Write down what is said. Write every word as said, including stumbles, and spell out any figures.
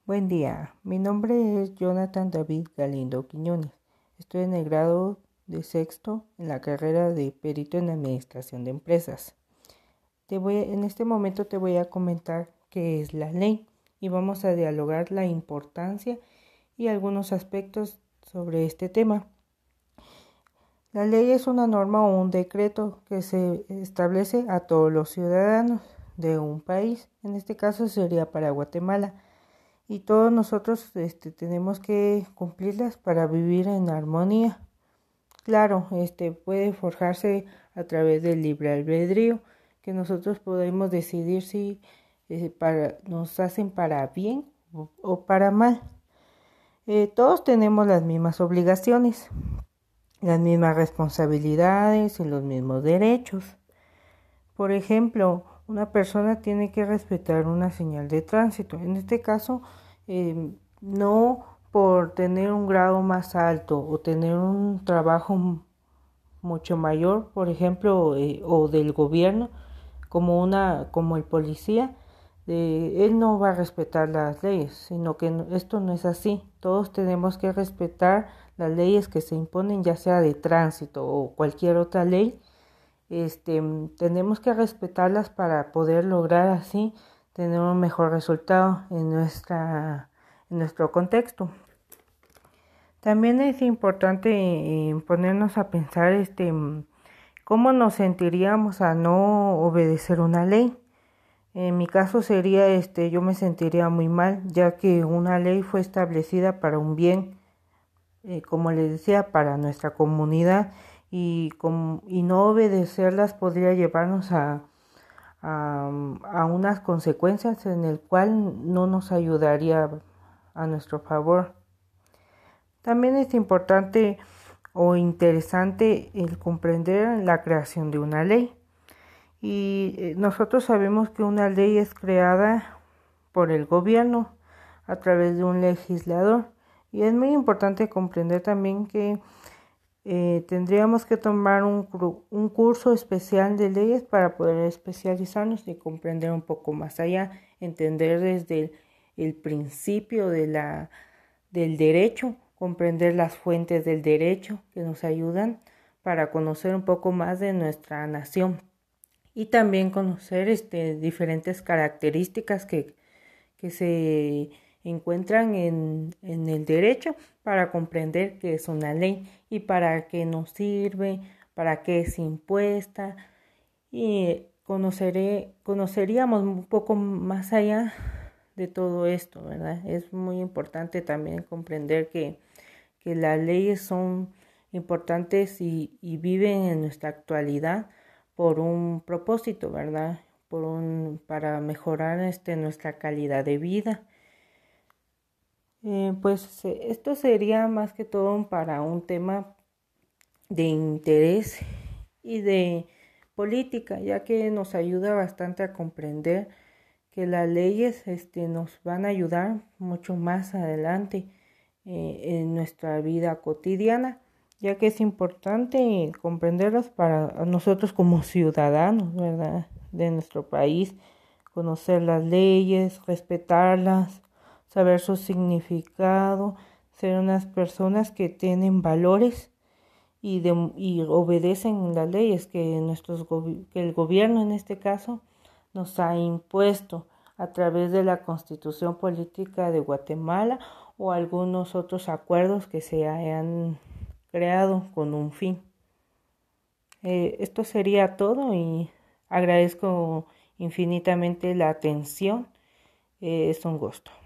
Buen día, mi nombre es Jonathan David Galindo Quiñones. Estoy en el grado de sexto en la carrera de perito en administración de empresas. Te voy, en este momento te voy a comentar qué es la ley y vamos a dialogar la importancia y algunos aspectos sobre este tema. La ley es una norma o un decreto que se establece a todos los ciudadanos de un país. En este caso sería para Guatemala. Y todos nosotros este, tenemos que cumplirlas para vivir en armonía. Claro, este puede forjarse a través del libre albedrío, que nosotros podemos decidir si eh, para, nos hacen para bien o, o para mal. Eh, todos tenemos las mismas obligaciones, las mismas responsabilidades y los mismos derechos. Por ejemplo, una persona tiene que respetar una señal de tránsito. En este caso, eh, no por tener un grado más alto o tener un trabajo mucho mayor, por ejemplo, eh, o del gobierno, como una, como el policía, eh, él no va a respetar las leyes, sino que no, esto no es así. Todos tenemos que respetar las leyes que se imponen, ya sea de tránsito o cualquier otra ley. Este, tenemos que respetarlas para poder lograr así tener un mejor resultado en nuestra, en nuestro contexto. También es importante eh, ponernos a pensar este, cómo nos sentiríamos a no obedecer una ley. En mi caso sería, este, yo me sentiría muy mal, ya que una ley fue establecida para un bien, eh, como les decía, para nuestra comunidad. Y, com, y no obedecerlas podría llevarnos a, a, a unas consecuencias en el cual no nos ayudaría a nuestro favor. También es importante o interesante el comprender la creación de una ley. Y nosotros sabemos que una ley es creada por el gobierno a través de un legislador. Y es muy importante comprender también que Eh, tendríamos que tomar un, un curso especial de leyes para poder especializarnos y comprender un poco más allá, entender desde el, el principio de la, del derecho, comprender las fuentes del derecho que nos ayudan para conocer un poco más de nuestra nación y también conocer este, diferentes características que, que se encuentran en, en el derecho para comprender qué es una ley y para qué nos sirve, para qué es impuesta, y conoceré, conoceríamos un poco más allá de todo esto, ¿verdad? Es muy importante también comprender que, que las leyes son importantes y, y viven en nuestra actualidad por un propósito, ¿verdad? Por un, para mejorar este, nuestra calidad de vida. Eh, pues eh, esto sería más que todo para un tema de interés y de política, ya que nos ayuda bastante a comprender que las leyes este, nos van a ayudar mucho más adelante eh, en nuestra vida cotidiana, ya que es importante comprenderlas para nosotros como ciudadanos, ¿verdad?, de nuestro país, conocer las leyes, respetarlas, saber su significado, ser unas personas que tienen valores y, de, y obedecen las leyes que, nuestros, que el gobierno en este caso nos ha impuesto a través de la Constitución Política de Guatemala o algunos otros acuerdos que se hayan creado con un fin. Eh, esto sería todo y agradezco infinitamente la atención. Eh, es un gusto.